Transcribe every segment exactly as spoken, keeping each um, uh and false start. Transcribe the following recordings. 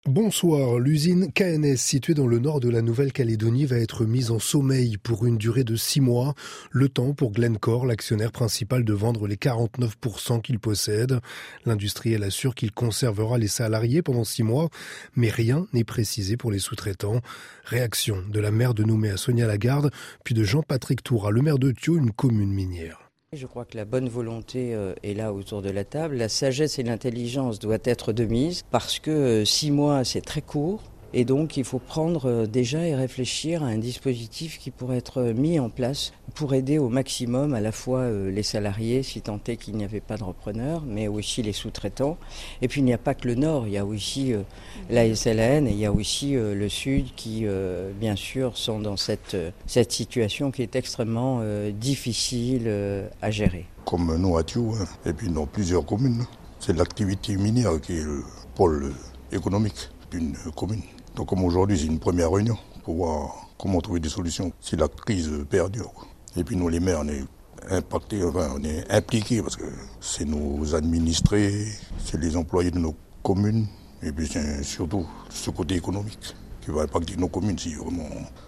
Bonsoir. L'usine K N S située dans le nord de la Nouvelle-Calédonie va être mise en sommeil pour une durée de six mois. Le temps pour Glencore, l'actionnaire principal, de vendre les quarante-neuf pour cent qu'il possède. L'industriel assure qu'il conservera les salariés pendant six mois, mais rien n'est précisé pour les sous-traitants. Réaction de la maire de Nouméa, Sonia Lagarde, puis de Jean-Patrick Toura, le maire de Thio, une commune minière. Je crois que la bonne volonté est là autour de la table. La sagesse et l'intelligence doivent être de mise parce que six mois, c'est très court. Et donc, il faut prendre déjà et réfléchir à un dispositif qui pourrait être mis en place pour aider au maximum à la fois les salariés, si tant est qu'il n'y avait pas de repreneur, mais aussi les sous-traitants. Et puis, il n'y a pas que le Nord, il y a aussi la S L A N et il y a aussi le Sud qui, bien sûr, sont dans cette, cette situation qui est extrêmement difficile à gérer. Comme nous à Thio, hein, et puis dans plusieurs communes, c'est l'activité minière qui est le pôle économique d'une commune. Donc comme aujourd'hui, c'est une première réunion pour voir comment trouver des solutions si la crise perdure. Et puis nous, les maires, on est impactés, enfin on est impliqués parce que c'est nos administrés, c'est les employés de nos communes. Et puis c'est surtout ce côté économique qui va impacter nos communes si vraiment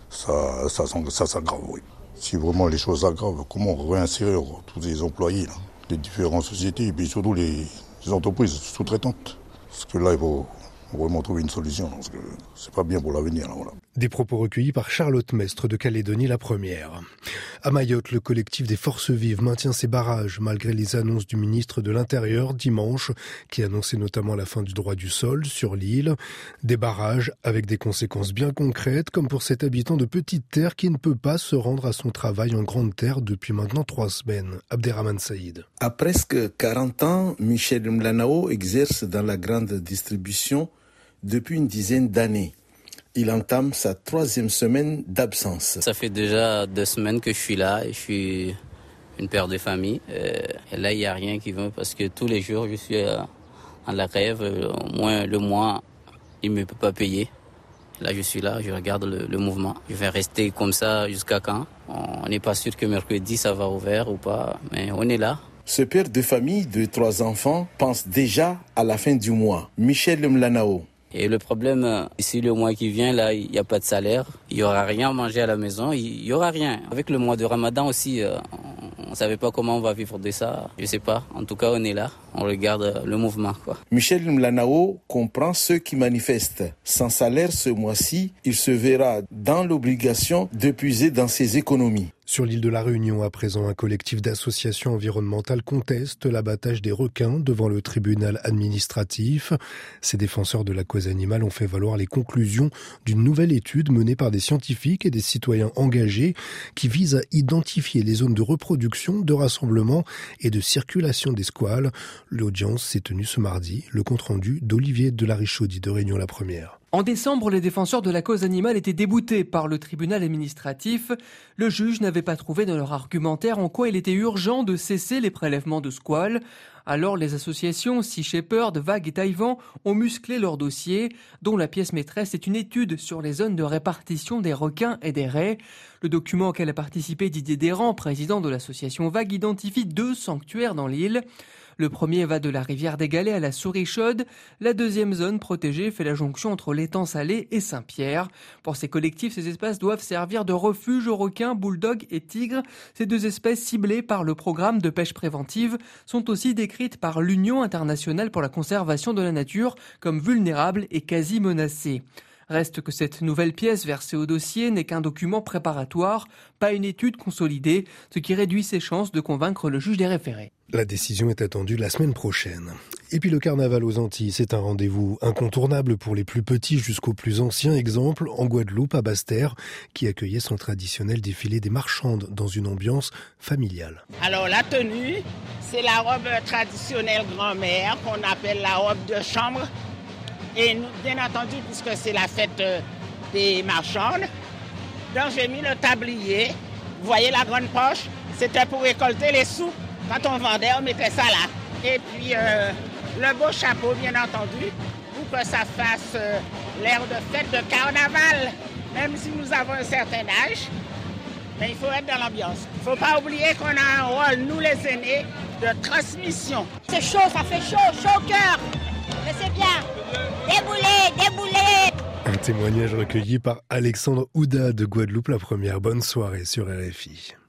ça, ça, ça s'aggrave. Oui. Si vraiment les choses s'aggravent, comment réinsérer tous les employés là, des différentes sociétés et puis surtout les, les entreprises sous-traitantes. Parce que là, il faut vraiment trouver une solution, parce que c'est pas bien pour l'avenir. Là, voilà. Des propos recueillis par Charlotte Mestre de Calédonie la Première. À Mayotte, le collectif des Forces Vives maintient ses barrages malgré les annonces du ministre de l'Intérieur dimanche, qui annonçait notamment la fin du droit du sol sur l'île. Des barrages avec des conséquences bien concrètes, comme pour cet habitant de petite terre qui ne peut pas se rendre à son travail en grande terre depuis maintenant trois semaines. Abderrahmane Saïd. À presque quarante ans, Michel Mlanao exerce dans la grande distribution depuis une dizaine d'années. Il entame sa troisième semaine d'absence. Ça fait déjà deux semaines que je suis là et je suis une père de famille. Et là, il n'y a rien qui va parce que tous les jours, je suis en la rêve. Au moins le mois, il ne me peut pas payer. Là, je suis là, je regarde le, le mouvement. Je vais rester comme ça jusqu'à quand? On n'est pas sûr que mercredi, ça va ouvert ou pas, mais on est là. Ce père de famille de trois enfants pense déjà à la fin du mois. Michel Mlanao. Et le problème, ici, le mois qui vient, là, il n'y a pas de salaire. Il n'y aura rien à manger à la maison. Il n'y aura rien. Avec le mois de Ramadan aussi, on ne savait pas comment on va vivre de ça. Je ne sais pas. En tout cas, on est là. On regarde le mouvement, quoi. Michel Mlanao comprend ceux qui manifestent. Sans salaire ce mois-ci, il se verra dans l'obligation de puiser dans ses économies. Sur l'île de la Réunion, à présent, un collectif d'associations environnementales conteste l'abattage des requins devant le tribunal administratif. Ces défenseurs de la cause animale ont fait valoir les conclusions d'une nouvelle étude menée par des scientifiques et des citoyens engagés qui vise à identifier les zones de reproduction, de rassemblement et de circulation des squales. L'audience s'est tenue ce mardi. Le compte-rendu d'Olivier Delarichaudy de Réunion la Première. En décembre, les défenseurs de la cause animale étaient déboutés par le tribunal administratif. Le juge n'avait pas trouvé dans leur argumentaire en quoi il était urgent de cesser les prélèvements de squales. Alors les associations Sea Shepherd, Vague et Taïwan ont musclé leur dossier, dont la pièce maîtresse est une étude sur les zones de répartition des requins et des raies. Le document auquel a participé Didier Desrands, président de l'association Vague, identifie deux sanctuaires dans l'île. Le premier va de la rivière des Galets à la Souris Chaude. La deuxième zone protégée fait la jonction entre l'étang Salé et Saint-Pierre. Pour ces collectifs, ces espaces doivent servir de refuge aux requins, bulldogs et tigres. Ces deux espèces ciblées par le programme de pêche préventive sont aussi décrites par l'Union internationale pour la conservation de la nature comme vulnérables et quasi menacées. Reste que cette nouvelle pièce versée au dossier n'est qu'un document préparatoire, pas une étude consolidée, ce qui réduit ses chances de convaincre le juge des référés. La décision est attendue la semaine prochaine. Et puis le carnaval aux Antilles, c'est un rendez-vous incontournable pour les plus petits jusqu'aux plus anciens. Exemple en Guadeloupe, à Basse-Terre, qui accueillait son traditionnel défilé des marchandes dans une ambiance familiale. Alors la tenue, c'est la robe traditionnelle grand-mère qu'on appelle la robe de chambre. Et nous, bien entendu, puisque c'est la fête des marchandes, donc j'ai mis le tablier. Vous voyez la grande poche, c'était pour récolter les sous. Quand on vendait, on mettait ça là. Et puis euh, le beau chapeau, bien entendu, pour que ça fasse euh, l'air de fête de carnaval. Même si nous avons un certain âge, mais il faut être dans l'ambiance. Il ne faut pas oublier qu'on a un rôle, nous les aînés, de transmission. C'est chaud, ça fait chaud, chaud au cœur. Mais c'est bien. déboulez, déboulez. Un témoignage recueilli par Alexandre Houda de Guadeloupe, la première. Bonne soirée sur R F I.